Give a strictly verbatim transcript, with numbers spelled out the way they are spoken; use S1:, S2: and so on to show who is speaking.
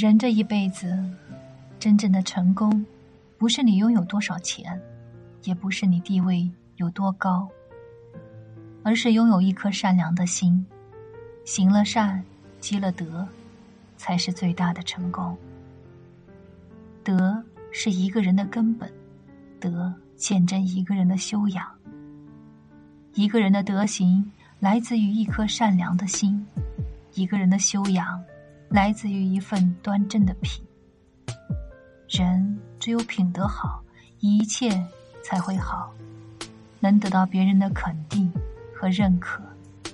S1: 人这一辈子，真正的成功，不是你拥有多少钱，也不是你地位有多高，而是拥有一颗善良的心，行了善，积了德，才是最大的成功。德是一个人的根本，德见证一个人的修养。一个人的德行来自于一颗善良的心，一个人的修养来自于一份端正的品。人只有品德好，一切才会好，能得到别人的肯定和认可。